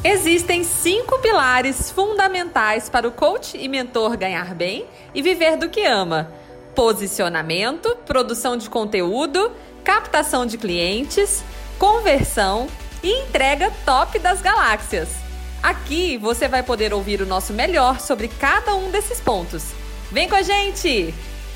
Existem 5 pilares fundamentais para o coach e mentor ganhar bem e viver do que ama: posicionamento, produção de conteúdo, captação de clientes, conversão e entrega top das galáxias. Aqui você vai poder ouvir o nosso melhor sobre cada um desses pontos. Vem com a gente!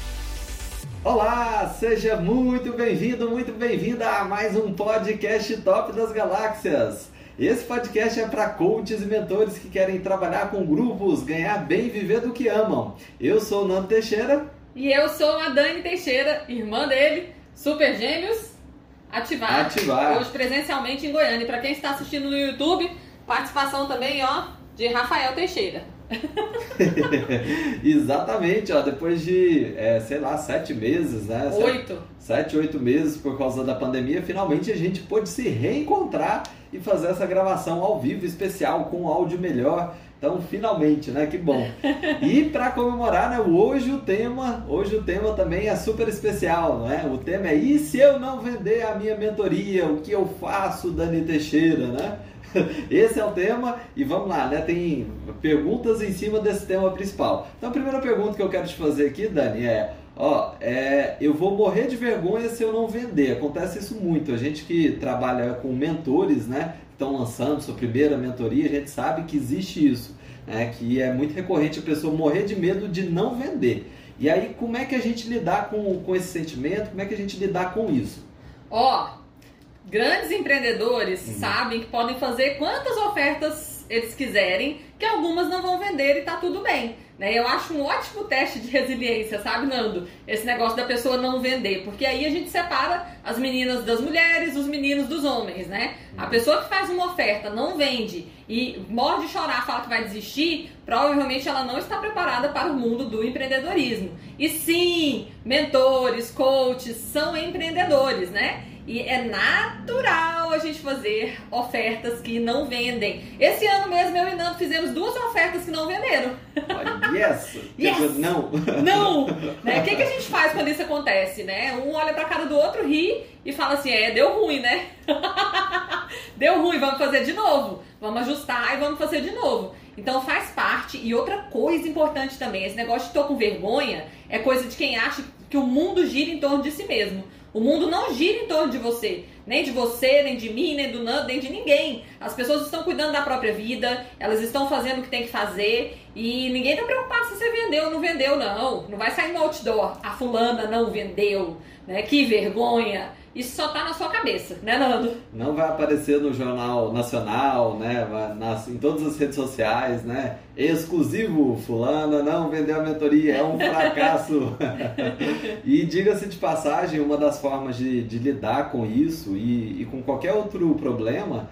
Olá, seja muito bem-vindo, muito bem-vinda a mais um podcast Top das Galáxias. Esse podcast é para coaches e mentores que querem trabalhar com grupos, ganhar bem e viver do que amam. Eu sou o Nando Teixeira. E eu sou a Dani Teixeira, irmã dele, Super Gêmeos, ativar. Hoje presencialmente em Goiânia. E para quem está assistindo no YouTube, participação também, de Rafael Teixeira. Exatamente, depois de, 7 meses, né? 8 meses por causa da pandemia, finalmente a gente pôde se reencontrar e fazer essa gravação ao vivo, especial, com áudio melhor. Então, finalmente, né? Que bom. E para comemorar, né? Hoje o tema também é super especial, né? O tema é: e se eu não vender a minha mentoria, o que eu faço, Dani Teixeira, né? Esse é o tema e vamos lá, né? Tem perguntas em cima desse tema principal. Então a primeira pergunta que eu quero te fazer aqui, Dani, eu vou morrer de vergonha se eu não vender. Acontece isso muito. A gente que trabalha com mentores, né? Que estão lançando sua primeira mentoria, a gente sabe que existe isso, né? Que é muito recorrente a pessoa morrer de medo de não vender. E aí, como é que a gente lidar com esse sentimento? Como é que a gente lidar com isso? Grandes empreendedores sabem que podem fazer quantas ofertas eles quiserem, que algumas não vão vender e tá tudo bem, né? Eu acho um ótimo teste de resiliência, sabe, Nando? Esse negócio da pessoa não vender, porque aí a gente separa as meninas das mulheres, os meninos dos homens, né? A pessoa que faz uma oferta, não vende e morre de chorar, fala que vai desistir, provavelmente ela não está preparada para o mundo do empreendedorismo. E sim, mentores, coaches são empreendedores, né? E é natural a gente fazer ofertas que não vendem. Esse ano mesmo, eu e Nando fizemos 2 ofertas que não venderam. Yes! Não! Né? O que a gente faz quando isso acontece, né? Um olha pra cara do outro, ri e fala assim: deu ruim, né? Deu ruim, vamos fazer de novo. Vamos ajustar e vamos fazer de novo. Então faz parte. E outra coisa importante também, esse negócio de tô com vergonha é coisa de quem acha que o mundo gira em torno de si mesmo. O mundo não gira em torno de você, nem de você, nem de mim, nem do Nando, nem de ninguém. As pessoas estão cuidando da própria vida, elas estão fazendo o que tem que fazer e ninguém está preocupado se você vendeu ou não vendeu, não. Não vai sair no outdoor: a fulana não vendeu, né? Que vergonha. Isso só tá na sua cabeça, né, Nando? Não vai aparecer no Jornal Nacional, né? Em todas as redes sociais, né? Exclusivo: fulana não vendeu a mentoria, é um fracasso. E diga-se de passagem, uma das formas de lidar com isso e com qualquer outro problema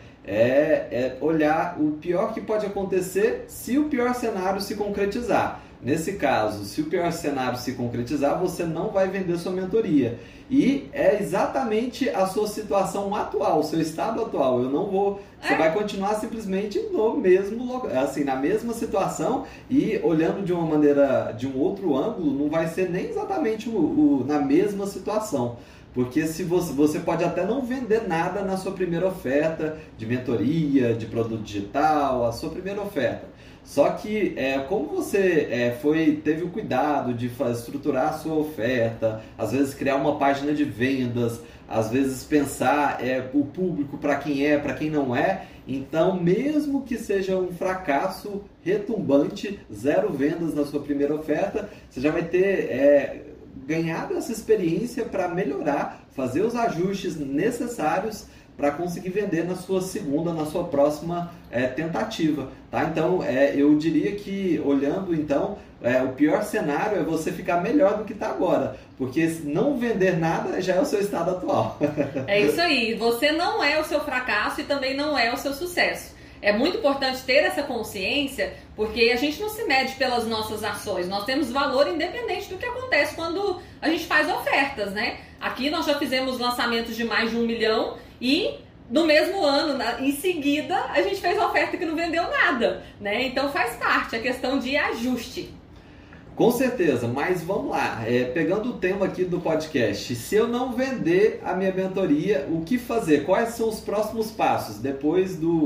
é olhar o pior que pode acontecer se o pior cenário se concretizar. Nesse caso, se o pior cenário se concretizar, você não vai vender sua mentoria. E é exatamente a sua situação atual, o seu estado atual. Você vai continuar simplesmente no mesmo, assim, na mesma situação, e olhando de uma maneira, de um outro ângulo, não vai ser nem exatamente na mesma situação. Porque se você pode até não vender nada na sua primeira oferta de mentoria, de produto digital, a sua primeira oferta. Só que como você teve o cuidado de estruturar a sua oferta, às vezes criar uma página de vendas, às vezes pensar o público para quem não é, então mesmo que seja um fracasso retumbante, 0 vendas na sua primeira oferta, você já vai ter ganhado essa experiência para melhorar, fazer os ajustes necessários para conseguir vender na sua segunda, na sua próxima tentativa, tá? Então, eu diria que, olhando, então, o pior cenário é você ficar melhor do que está agora, porque não vender nada já é o seu estado atual. É isso aí, você não é o seu fracasso e também não é o seu sucesso. É muito importante ter essa consciência, porque a gente não se mede pelas nossas ações, nós temos valor independente do que acontece quando a gente faz ofertas, né? Aqui nós já fizemos lançamentos de mais de 1 milhão e no mesmo ano, em seguida, a gente fez oferta que não vendeu nada, né? Então faz parte, a questão de ajuste. Com certeza, mas vamos lá, pegando o tema aqui do podcast, se eu não vender a minha mentoria, o que fazer? Quais são os próximos passos depois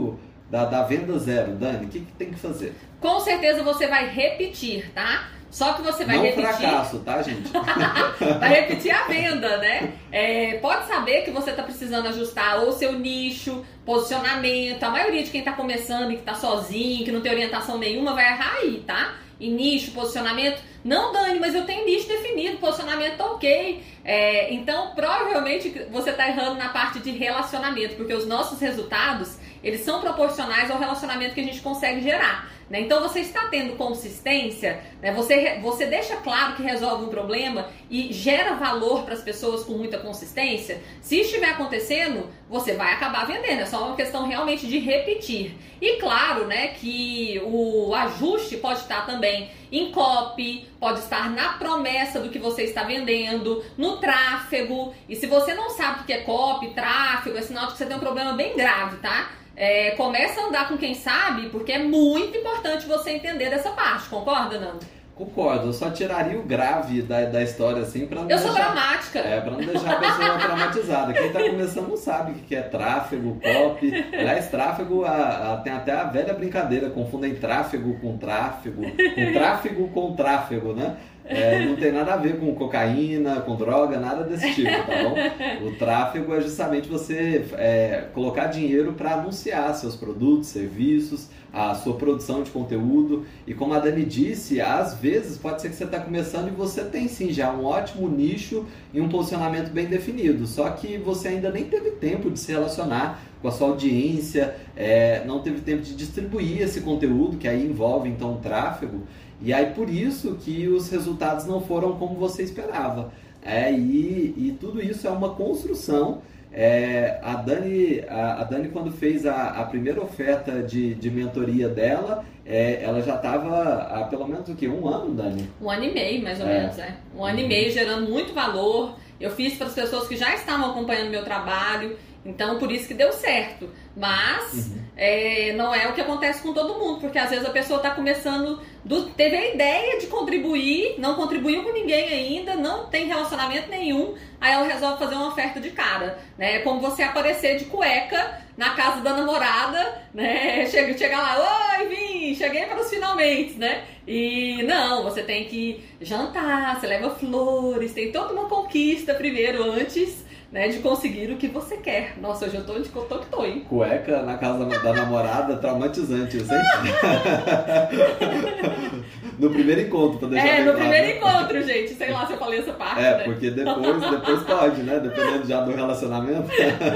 da venda zero, Dani, o que tem que fazer? Com certeza você vai repetir, tá? Só que você vai repetir... Não fracasso, tá, gente? Vai repetir a venda, né? Pode saber que você está precisando ajustar ou seu nicho, posicionamento. A maioria de quem está começando e que está sozinho, que não tem orientação nenhuma, vai errar aí, tá? E nicho, posicionamento... Não, Dani, mas eu tenho nicho definido, posicionamento tá ok. Então, provavelmente você está errando na parte de relacionamento, porque os nossos resultados, eles são proporcionais ao relacionamento que a gente consegue gerar. Né? Então, você está tendo consistência, né? Você deixa claro que resolve um problema e gera valor para as pessoas com muita consistência. Se estiver acontecendo, você vai acabar vendendo. É só uma questão realmente de repetir. E claro, né, que o ajuste pode estar também em copy, pode estar na promessa do que você está vendendo, no tráfego. E se você não sabe o que é copy, tráfego, é sinal de que você tem um problema bem grave, tá? Começa a andar com quem sabe, porque é muito importante você entender dessa parte, concorda, Nando? Concordo, eu só tiraria o grave da história, assim, pra não sou dramática. Pra não deixar a pessoa traumatizada. Quem tá começando não sabe o que é tráfego, copy. Aliás, tráfego, tem até a velha brincadeira, confundem tráfego, com tráfego com tráfego, né? Não tem nada a ver com cocaína, com droga, nada desse tipo, tá bom? O tráfego é justamente você colocar dinheiro para anunciar seus produtos, serviços, a sua produção de conteúdo. E como a Dani disse, às vezes pode ser que você está começando e você tem sim já um ótimo nicho e um posicionamento bem definido, só que você ainda nem teve tempo de se relacionar com a sua audiência, não teve tempo de distribuir esse conteúdo, que aí envolve então o tráfego. E aí por isso que os resultados não foram como você esperava. E tudo isso é uma construção. A Dani, quando fez a primeira oferta de mentoria dela, ela já estava há pelo menos o quê? Um ano, Dani? 1 ano e meio, mais ou menos. 1 ano e meio gerando muito valor. Eu fiz para as pessoas que já estavam acompanhando meu trabalho. Então, por isso que deu certo. Mas não é o que acontece com todo mundo, porque às vezes a pessoa está começando, teve a ideia de contribuir, não contribuiu com ninguém ainda, não tem relacionamento nenhum, aí ela resolve fazer uma oferta de cara. Né? É como você aparecer de cueca na casa da namorada, né? Chega lá, oi, vim, cheguei para os finalmente, né? E não, você tem que jantar, você leva flores, tem toda uma conquista primeiro, antes, né, de conseguir o que você quer. Nossa, hoje eu tô de que tô, hein? Cueca na casa da namorada, traumatizante, isso aí. No primeiro encontro, pra deixar bem no claro. Primeiro encontro, gente. Sei lá se eu falei essa parte, né? Porque depois pode, né? Dependendo já do relacionamento.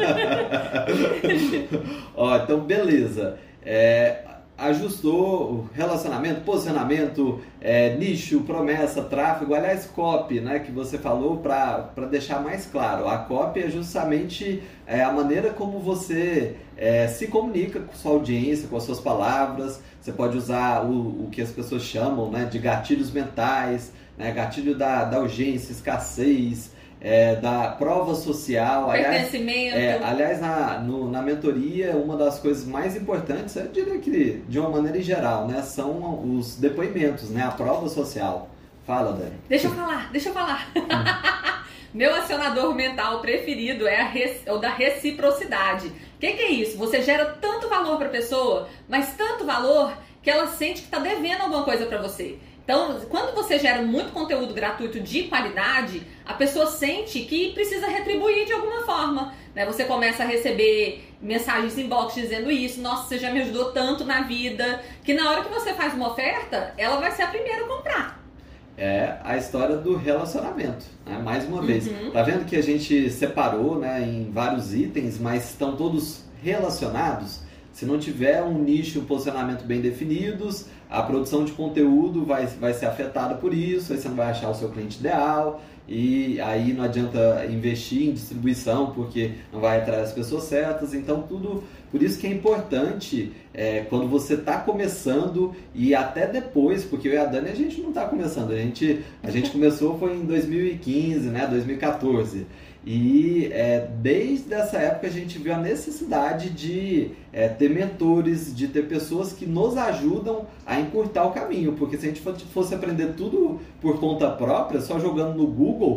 Então beleza. Ajustou o relacionamento, posicionamento, nicho, promessa, tráfego, aliás, copy, né, que você falou, para deixar mais claro. A copy é justamente a maneira como você se comunica com sua audiência, com as suas palavras. Você pode usar o que as pessoas chamam, né, de gatilhos mentais, né, gatilho da urgência, escassez, da prova social. Pertencimento. Aliás, na mentoria, uma das coisas mais importantes, eu diria que de uma maneira em geral, né, são os depoimentos, né, a prova social. Fala, Dani. Deixa eu falar. Meu acionador mental preferido é o da reciprocidade. O que é isso? Você gera tanto valor para a pessoa, mas tanto valor que ela sente que está devendo alguma coisa para você. Então, quando você gera muito conteúdo gratuito de qualidade, a pessoa sente que precisa retribuir de alguma forma. Né? Você começa a receber mensagens inbox dizendo isso, nossa, você já me ajudou tanto na vida, que na hora que você faz uma oferta, ela vai ser a primeira a comprar. É a história do relacionamento, né? Mais uma vez. Tá vendo que a gente separou, né, em vários itens, mas estão todos relacionados? Se não tiver um nicho e um posicionamento bem definidos, a produção de conteúdo vai ser afetada por isso, aí você não vai achar o seu cliente ideal, e aí não adianta investir em distribuição, porque não vai atrair as pessoas certas. Então tudo, por isso que é importante, quando você está começando e até depois, porque eu e a Dani a gente não está começando, a gente começou foi em 2015, né, 2014. E desde essa época a gente viu a necessidade de ter mentores, de ter pessoas que nos ajudam a encurtar o caminho, porque se a gente fosse aprender tudo por conta própria, só jogando no Google,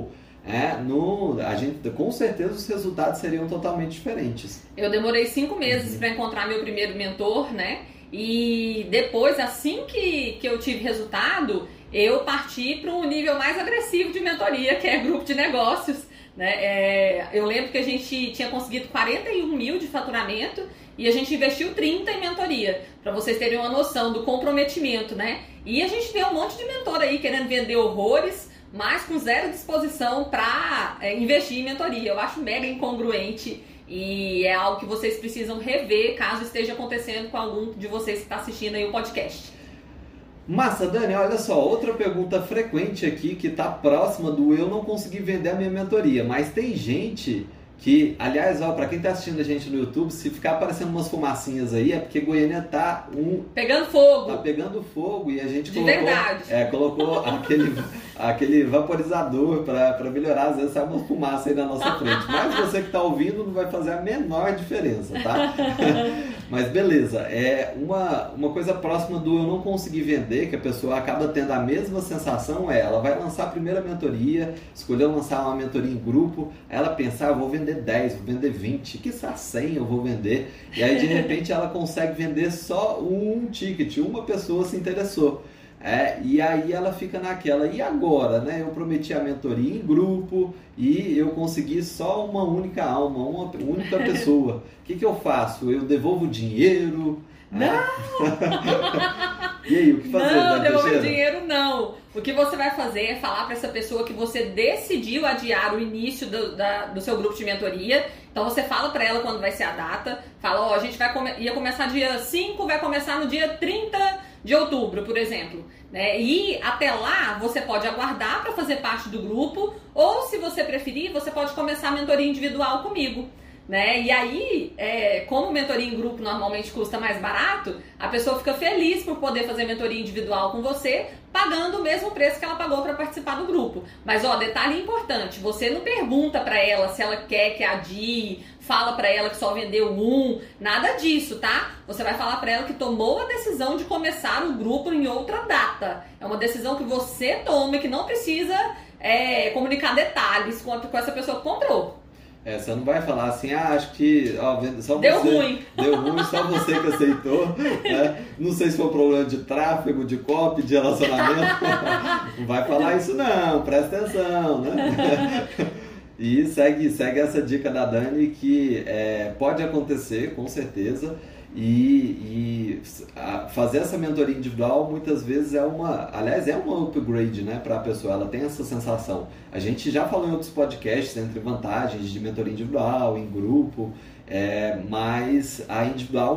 com certeza os resultados seriam totalmente diferentes. Eu demorei 5 meses para encontrar meu primeiro mentor, né? E depois, assim que eu tive resultado, eu parti para um nível mais agressivo de mentoria, que é grupo de negócios, né? Eu lembro que a gente tinha conseguido 41 mil de faturamento e a gente investiu 30 em mentoria, para vocês terem uma noção do comprometimento, né? E a gente vê um monte de mentor aí querendo vender horrores, mas com zero disposição para investir em mentoria. Eu acho mega incongruente e é algo que vocês precisam rever caso esteja acontecendo com algum de vocês que está assistindo aí o podcast. Massa, Dani, olha só, outra pergunta frequente aqui que está próxima do eu não consegui vender a minha mentoria, mas tem gente que, aliás, para quem está assistindo a gente no YouTube, se ficar aparecendo umas fumacinhas aí, é porque Goiânia tá pegando fogo. Tá pegando fogo e a gente colocou aquele vaporizador para melhorar, às vezes sai uma fumaça aí na nossa frente. Mas você que está ouvindo não vai fazer a menor diferença, tá? Mas beleza, uma coisa próxima do eu não consegui vender, que a pessoa acaba tendo a mesma sensação, ela vai lançar a primeira mentoria, escolheu lançar uma mentoria em grupo, aí ela pensa, vou vender 10, vou vender 20, quiçá 100 eu vou vender, e aí de repente ela consegue vender só um ticket, uma pessoa se interessou. E aí ela fica naquela, e agora, né? Eu prometi a mentoria em grupo e eu consegui só uma única alma, uma única pessoa. O que eu faço? Eu devolvo o dinheiro? Não! E aí, o que fazer? Não, devolver o dinheiro não. O que você vai fazer é falar para essa pessoa que você decidiu adiar o início do seu grupo de mentoria. Então você fala para ela quando vai ser a data, fala, a gente ia começar dia 5, vai começar no dia 30 de outubro, por exemplo, né? E até lá você pode aguardar para fazer parte do grupo, ou se você preferir, você pode começar a mentoria individual comigo, né? E aí, como mentoria em grupo normalmente custa mais barato, a pessoa fica feliz por poder fazer mentoria individual com você, pagando o mesmo preço que ela pagou para participar do grupo. Mas detalhe importante, você não pergunta para ela se ela quer que adie, fala para ela que só vendeu nada disso, tá? Você vai falar para ela que tomou a decisão de começar o grupo em outra data. É uma decisão que você toma e que não precisa comunicar detalhes com essa pessoa que comprou. Você não vai falar assim, acho que só deu você, ruim, só você que aceitou, né? Não sei se foi um problema de tráfego, de copy, de relacionamento. Não vai falar isso não, presta atenção, né? E segue essa dica da Dani que pode acontecer, com certeza, fazer essa mentoria individual muitas vezes é uma upgrade, né, para a pessoa, ela tem essa sensação. A gente já falou em outros podcasts entre vantagens de mentoria individual, em grupo, mas a individual,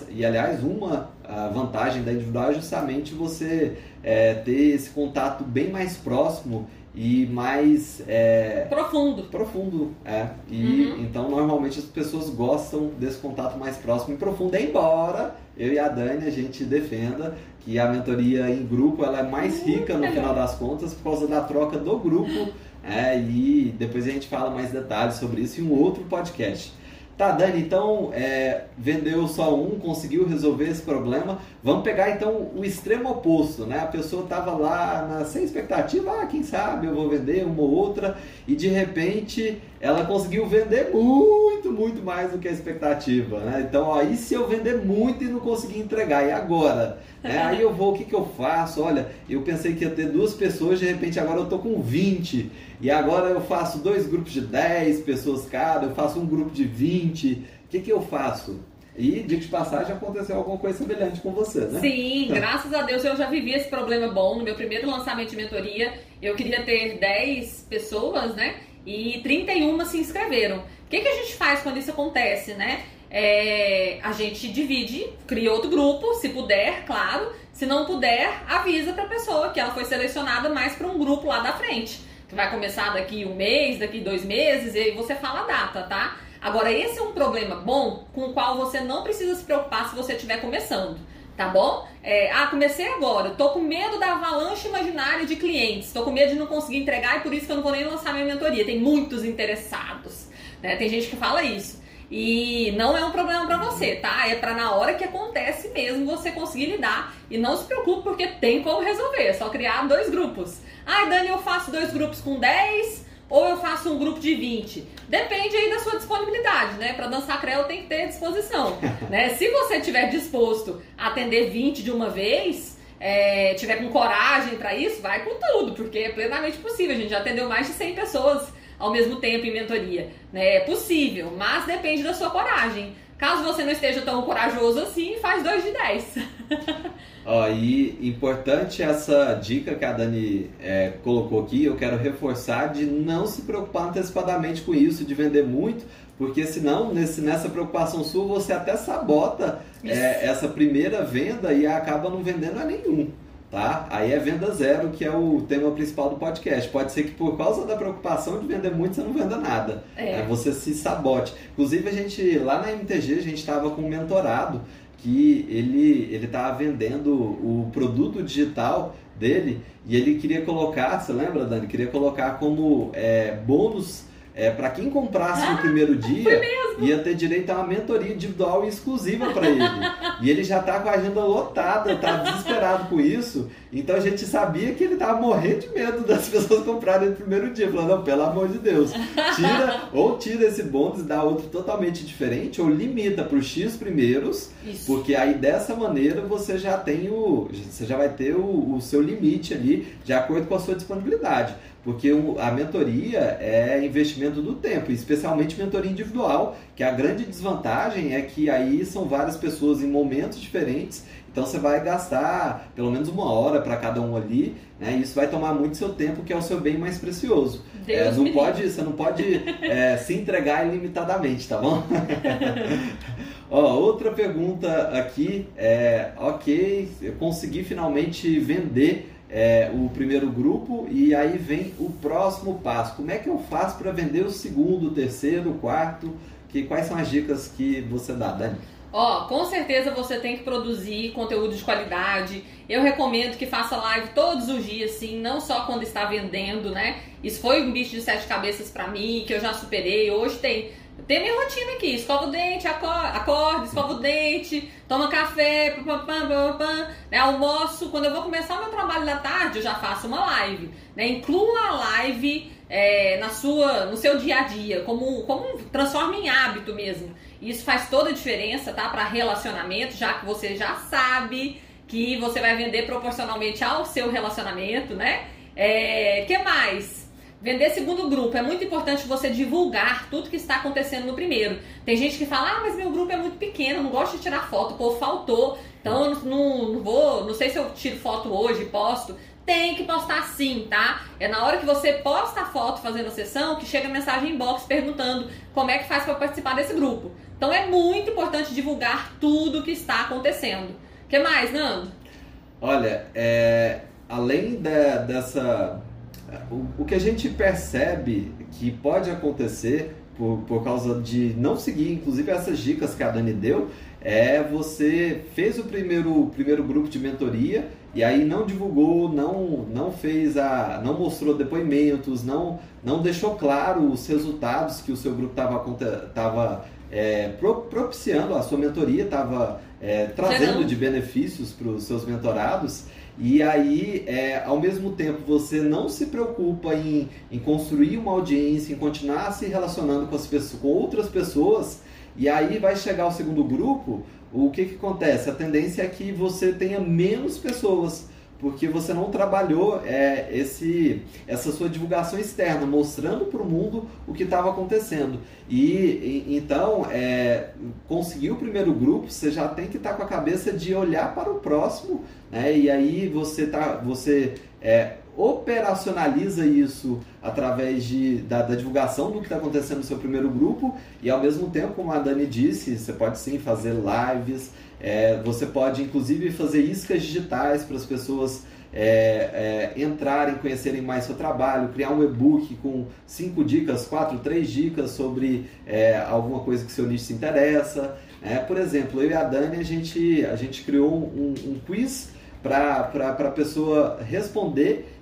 uma vantagem da individual é justamente você ter esse contato bem mais próximo e mais profundo. Então normalmente as pessoas gostam desse contato mais próximo e profundo, embora eu e a Dani a gente defenda que a mentoria em grupo ela é mais rica no final das contas por causa da troca do grupo, e depois a gente fala mais detalhes sobre isso em um outro podcast. Tá, Dani, então vendeu só conseguiu resolver esse problema. Vamos pegar então o extremo oposto, né? A pessoa estava lá sem expectativa, quem sabe eu vou vender uma ou outra, e de repente ela conseguiu vender muito, muito mais do que a expectativa, né? Então, e se eu vender muito e não conseguir entregar? E agora? Aí o que eu faço? Olha, eu pensei que ia ter 2 pessoas, de repente agora eu tô com 20, e agora eu faço 2 grupos de 10 pessoas cada, eu faço um grupo de 20, o que eu faço? E, diga de passagem, aconteceu alguma coisa semelhante com você, né? Sim, graças a Deus eu já vivi esse problema bom. No meu primeiro lançamento de mentoria, eu queria ter 10 pessoas, né? E 31 se inscreveram. O que a gente faz quando isso acontece, né? A gente divide, cria outro grupo, se puder, claro. Se não puder, avisa pra pessoa que ela foi selecionada mais para um grupo lá da frente, que vai começar daqui 1 mês, daqui 2 meses, e aí você fala a data, tá? Agora, esse é um problema bom com o qual você não precisa se preocupar se você estiver começando, tá bom? Comecei agora, tô com medo da avalanche imaginária de clientes, tô com medo de não conseguir entregar e por isso que eu não vou nem lançar minha mentoria. Tem muitos interessados, né? Tem gente que fala isso. E não é um problema pra você, tá? É pra na hora que acontece mesmo você conseguir lidar. E não se preocupe porque tem como resolver, é só criar 2 grupos. Dani, eu faço 2 grupos com 10... ou eu faço um grupo de 20? Depende aí da sua disponibilidade, né? Para dançar creu tem que ter disposição, né? Se você estiver disposto a atender 20 de uma vez, tiver com coragem para isso, vai com tudo, porque é plenamente possível. A gente já atendeu mais de 100 pessoas ao mesmo tempo em mentoria, né? É possível, mas depende da sua coragem. Caso você não esteja tão corajoso assim, faz 2 de 10. E importante essa dica que a Dani colocou aqui, eu quero reforçar de não se preocupar antecipadamente com isso, de vender muito, porque senão nessa preocupação sua você até sabota essa primeira venda e acaba não vendendo a nenhum. Tá? Aí é venda zero, que é o tema principal do podcast. Pode ser que por causa da preocupação de vender muito, você não venda nada. Você se sabote. Inclusive, a gente, lá na MTG, a gente estava com um mentorado que ele estava vendendo o produto digital dele e ele queria colocar, você lembra, Dani? Queria colocar como bônus para quem comprasse no primeiro dia, ia ter direito a uma mentoria individual e exclusiva para ele. E ele já está com a agenda lotada, está desesperado com isso. Então a gente sabia que ele estava morrendo de medo das pessoas comprarem no primeiro dia. Falando, não, pelo amor de Deus, tira esse bônus e dá outro totalmente diferente, ou limita para os X primeiros, porque aí dessa maneira você já vai ter o seu limite ali, de acordo com a sua disponibilidade. Porque a mentoria é investimento do tempo, especialmente mentoria individual, que a grande desvantagem é que aí são várias pessoas em momentos diferentes, então você vai gastar pelo menos 1 hora para cada um ali, né? E isso vai tomar muito seu tempo, que é o seu bem mais precioso. Você não pode se entregar ilimitadamente, tá bom? Outra pergunta aqui ok, eu consegui finalmente vender o primeiro grupo e aí vem o próximo passo. Como é que eu faço para vender o segundo, o terceiro, o quarto? Quais são as dicas que você dá, Dani? Com certeza você tem que produzir conteúdo de qualidade. Eu recomendo que faça live todos os dias, sim, não só quando está vendendo, né? Isso foi um bicho de 7 cabeças para mim, que eu já superei. Hoje tem minha rotina aqui, escova o dente, acorda, escova o dente, toma café, né? Almoço. Quando eu vou começar o meu trabalho da tarde, eu já faço uma live, né? Inclua a live no seu dia a dia, transforma em hábito mesmo. Isso faz toda a diferença, tá? Para relacionamento, já que você já sabe que você vai vender proporcionalmente ao seu relacionamento, né? Que mais? Vender segundo grupo. É muito importante você divulgar tudo que está acontecendo no primeiro. Tem gente que fala, mas meu grupo é muito pequeno, não gosto de tirar foto, pô, faltou. Então eu não sei se eu tiro foto hoje, posto. Tem que postar sim, tá? É na hora que você posta a foto fazendo a sessão que chega a mensagem inbox perguntando como é que faz para participar desse grupo. Então é muito importante divulgar tudo que está acontecendo. O que mais, Nando? Olha, além dessa... O que a gente percebe que pode acontecer por causa de não seguir, inclusive, essas dicas que a Dani deu, você fez o primeiro grupo de mentoria e aí não divulgou, não mostrou depoimentos, não deixou claro os resultados que o seu grupo estava propiciando, a sua mentoria estava trazendo de benefícios para os seus mentorados. E aí, ao mesmo tempo, você não se preocupa em construir uma audiência, em continuar se relacionando com outras pessoas, e aí vai chegar o segundo grupo, o que acontece? A tendência é que você tenha menos pessoas, porque você não trabalhou essa sua divulgação externa, mostrando para o mundo o que estava acontecendo. Então, conseguir o primeiro grupo, você já tem que estar com a cabeça de olhar para o próximo, né? E aí você operacionaliza isso através da divulgação do que está acontecendo no seu primeiro grupo e, ao mesmo tempo, como a Dani disse, você pode sim fazer lives, você pode inclusive fazer iscas digitais para as pessoas entrarem, conhecerem mais seu trabalho, criar um e-book com 5 dicas, 3 dicas sobre alguma coisa que seu nicho se interessa. Por exemplo, eu e a Dani, a gente criou um quiz para a pessoa responder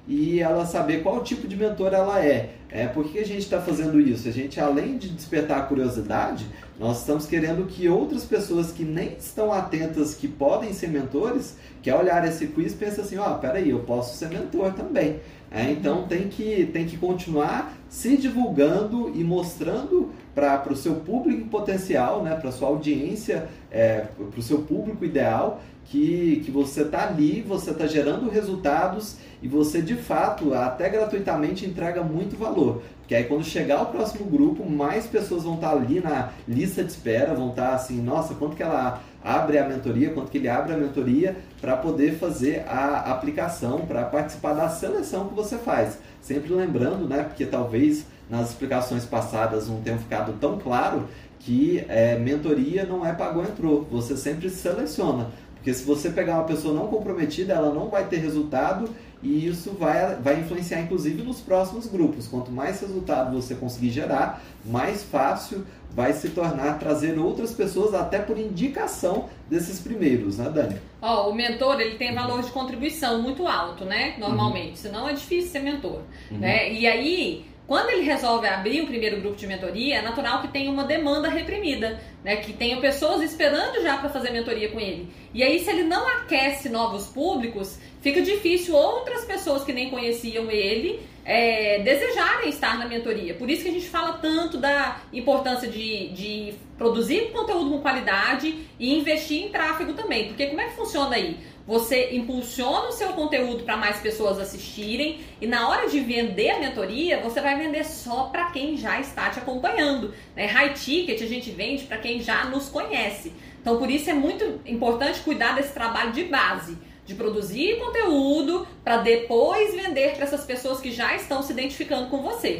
e ela saber qual tipo de mentor ela é. Por que a gente está fazendo isso? A gente, além de despertar a curiosidade, nós estamos querendo que outras pessoas que nem estão atentas que podem ser mentores, que ao olhar esse quiz pensem assim, peraí, eu posso ser mentor também. Então tem que continuar se divulgando e mostrando para o seu público potencial, né, para a sua audiência, para o seu público ideal, que você está ali, você está gerando resultados e você de fato, até gratuitamente, entrega muito valor. Porque aí quando chegar o próximo grupo, mais pessoas vão estar ali na lista de espera, vão estar assim, nossa, quanto que ela abre a mentoria, quanto que ele abre a mentoria para poder fazer a aplicação, para participar da seleção que você faz. Sempre lembrando, né, porque talvez nas explicações passadas não tenham ficado tão claro que mentoria não é pagou entrou, você sempre seleciona. Porque se você pegar uma pessoa não comprometida, ela não vai ter resultado e isso vai influenciar inclusive nos próximos grupos. Quanto mais resultado você conseguir gerar, mais fácil vai se tornar trazer outras pessoas até por indicação desses primeiros, né, Dani? O mentor, ele tem valor de contribuição muito alto, né? Normalmente, senão é difícil ser mentor, né? E aí, quando ele resolve abrir o primeiro grupo de mentoria, é natural que tenha uma demanda reprimida, né? Que tenha pessoas esperando já para fazer mentoria com ele. E aí, se ele não aquece novos públicos, fica difícil outras pessoas que nem conheciam ele desejarem estar na mentoria. Por isso que a gente fala tanto da importância de produzir conteúdo com qualidade e investir em tráfego também. Porque como é que funciona aí? Você impulsiona o seu conteúdo para mais pessoas assistirem e na hora de vender a mentoria, você vai vender só para quem já está te acompanhando, né? High ticket a gente vende para quem já nos conhece. Então, por isso é muito importante cuidar desse trabalho de base, de produzir conteúdo para depois vender para essas pessoas que já estão se identificando com você.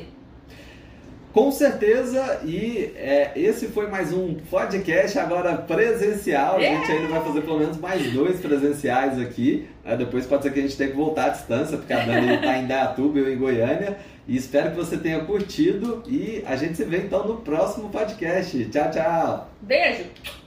Com certeza, e esse foi mais um podcast agora presencial. A gente ainda vai fazer pelo menos mais 2 presenciais aqui. Depois pode ser que a gente tenha que voltar à distância, porque a Dani está em Dayatuba e eu em Goiânia. E espero que você tenha curtido e a gente se vê então no próximo podcast. Tchau, tchau! Beijo!